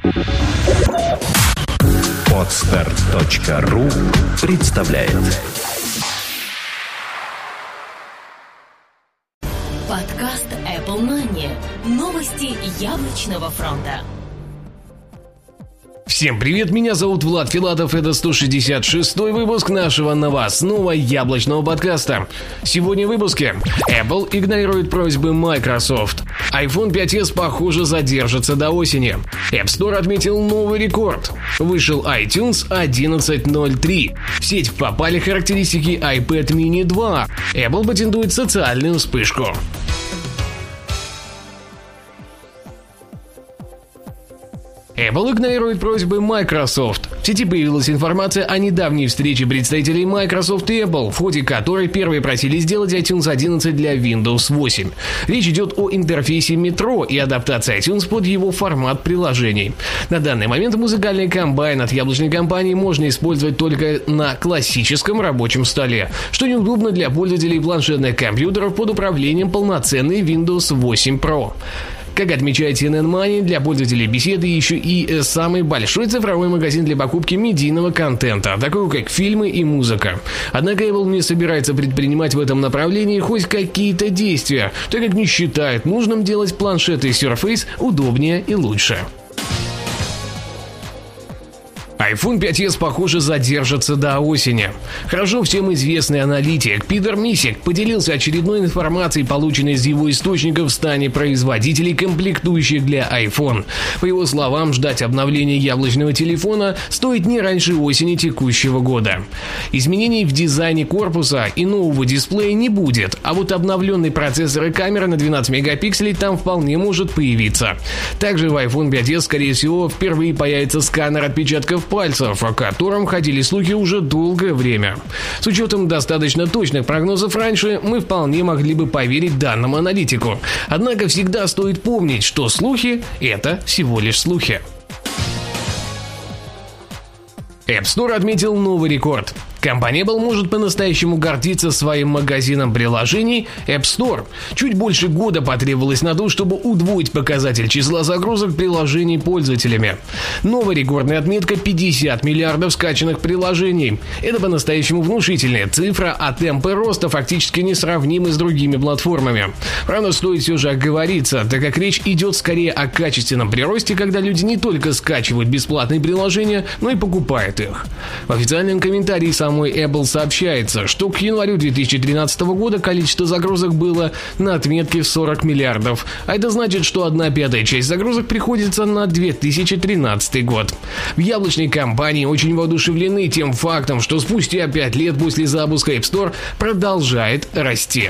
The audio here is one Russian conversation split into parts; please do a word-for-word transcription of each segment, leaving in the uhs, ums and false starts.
Подстер точка ру представляет подкаст Apple Money. Новости яблочного фронта. Всем привет, меня зовут Влад Филатов, это сто шестьдесят шестой выпуск нашего новостного яблочного подкаста. Сегодня в выпуске: Apple игнорирует просьбы Microsoft, iPhone пять эс, похоже, задержится до осени, App Store отметил новый рекорд, вышел iTunes одиннадцать ноль три, в сеть попали характеристики iPad mini два, Apple патентует социальную вспышку. Apple игнорирует просьбы Microsoft. В сети появилась информация о недавней встрече представителей Microsoft и Apple, в ходе которой первые просили сделать iTunes одиннадцать для Windows восемь. Речь идет о интерфейсе Metro и адаптации iTunes под его формат приложений. На данный момент музыкальный комбайн от яблочной компании можно использовать только на классическом рабочем столе, что неудобно для пользователей планшетных компьютеров под управлением полноценной Windows восемь Pro. Как отмечает си эн эн Money, для пользователей беседы еще и самый большой цифровой магазин для покупки медийного контента, такого как фильмы и музыка. Однако Apple не собирается предпринимать в этом направлении хоть какие-то действия, так как не считает нужным делать планшеты Surface удобнее и лучше. iPhone пять эс, похоже, задержится до осени. Хорошо всем известный аналитик Питер Мисик поделился очередной информацией, полученной из его источников в стане производителей комплектующих для iPhone. По его словам, ждать обновления яблочного телефона стоит не раньше осени текущего года. Изменений в дизайне корпуса и нового дисплея не будет, а вот обновленный процессор и камера на двенадцать мегапикселей там вполне может появиться. Также в iPhone пять эс, скорее всего, впервые появится сканер отпечатков пальцев, о котором ходили слухи уже долгое время. С учетом достаточно точных прогнозов раньше, мы вполне могли бы поверить данному аналитику. Однако всегда стоит помнить, что слухи – это всего лишь слухи. App Store отметил новый рекорд. Компания Apple может по-настоящему гордиться своим магазином приложений App Store. Чуть больше года потребовалось на то, чтобы удвоить показатель числа загрузок приложений пользователями. Новая рекордная отметка – пятьдесят миллиардов скачанных приложений. Это по-настоящему внушительная цифра, а темпы роста фактически несравнимы с другими платформами. Правда, стоит все же оговориться, так как речь идет скорее о качественном приросте, когда люди не только скачивают бесплатные приложения, но и покупают их. В официальном комментарии самой Apple сообщается, что к январю две тысячи тринадцатого года количество загрузок было на отметке в сорок миллиардов, а это значит, что одна пятая часть загрузок приходится на две тысячи тринадцатый год. В яблочной компании очень воодушевлены тем фактом, что спустя пять лет после запуска App Store продолжает расти.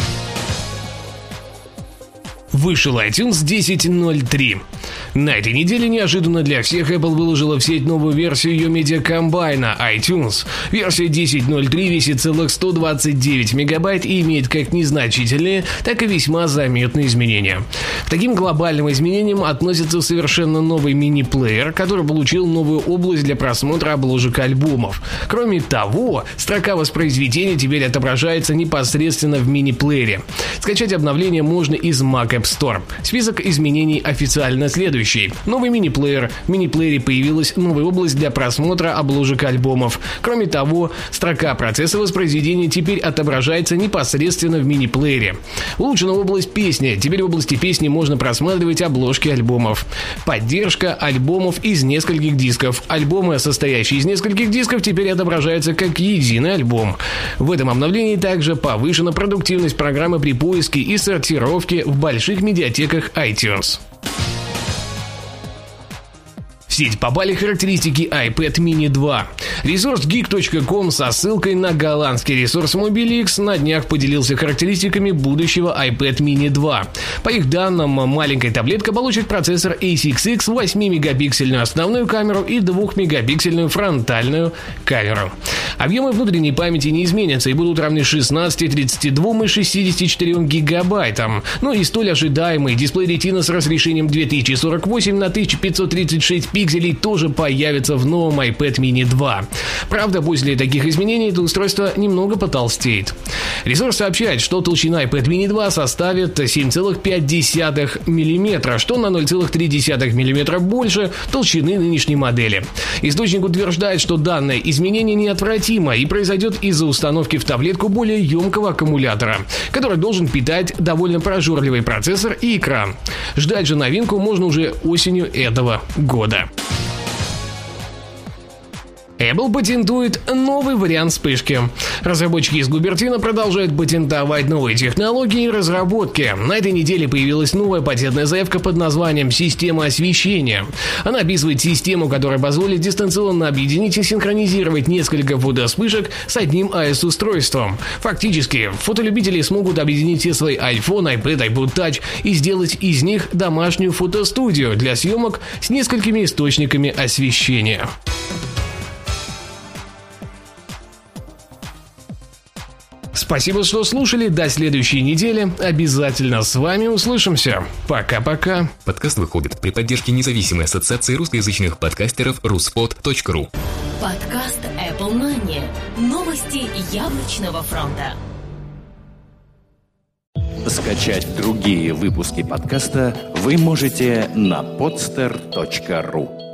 Вышел iTunes десять ноль три. На этой неделе неожиданно для всех Apple выложила в сеть новую версию ее медиакомбайна iTunes. Версия десять ноль три весит целых сто двадцать девять мегабайт и имеет как незначительные, так и весьма заметные изменения. К таким глобальным изменениям относится совершенно новый мини-плеер, который получил новую область для просмотра обложек альбомов. Кроме того, строка воспроизведения теперь отображается непосредственно в мини-плеере. Скачать обновление можно из Mac App Store. Список изменений официально следующий. Новый мини-плеер. В мини-плеере появилась новая область для просмотра обложек альбомов. Кроме того, строка процесса воспроизведения теперь отображается непосредственно в мини-плеере. Улучшена область песни. Теперь в области песни можно просматривать обложки альбомов. Поддержка альбомов из нескольких дисков. Альбомы, состоящие из нескольких дисков, теперь отображаются как единый альбом. В этом обновлении также повышена продуктивность программы при поиске и сортировке в больших медиатеках iTunes. В сеть попали характеристики iPad mini два. Ресурс гик точка ком со ссылкой на голландский ресурс Mobilix на днях поделился характеристиками будущего iPad mini два. По их данным, маленькая таблетка получит процессор эй сикс икс, восьмимегапиксельную основную камеру и двухмегапиксельную фронтальную камеру. Объемы внутренней памяти не изменятся и будут равны шестнадцати, тридцати двум и шестидесяти четырем гигабайтам. Ну и столь ожидаемый дисплей Retina с разрешением две тысячи сорок восемь на тысяча пятьсот тридцать шесть пикселей пикселей тоже появится в новом iPad mini два. Правда, после таких изменений это устройство немного потолстеет. Ресурс сообщает, что толщина iPad mini два составит семь целых пять десятых миллиметра, что на ноль целых три десятых миллиметра больше толщины нынешней модели. Источник утверждает, что данное изменение неотвратимо и произойдет из-за установки в таблетку более емкого аккумулятора, который должен питать довольно прожорливый процессор и экран. Ждать же новинку можно уже осенью этого года. Apple патентует новый вариант вспышки. Разработчики из Купертино продолжают патентовать новые технологии и разработки. На этой неделе появилась новая патентная заявка под названием «Система освещения». Она описывает систему, которая позволит дистанционно объединить и синхронизировать несколько фотовспышек с одним эй эс устройством. Фактически, фотолюбители смогут объединить все свои iPhone, iPad, iPod Touch и сделать из них домашнюю фотостудию для съемок с несколькими источниками освещения. Спасибо, что слушали. До следующей недели. Обязательно с вами услышимся. Пока-пока. Подкаст выходит при поддержке независимой ассоциации русскоязычных подкастеров руспод точка ру. Подкаст Apple Money. Новости яблочного фронта. Скачать другие выпуски подкаста вы можете на подстер точка ру.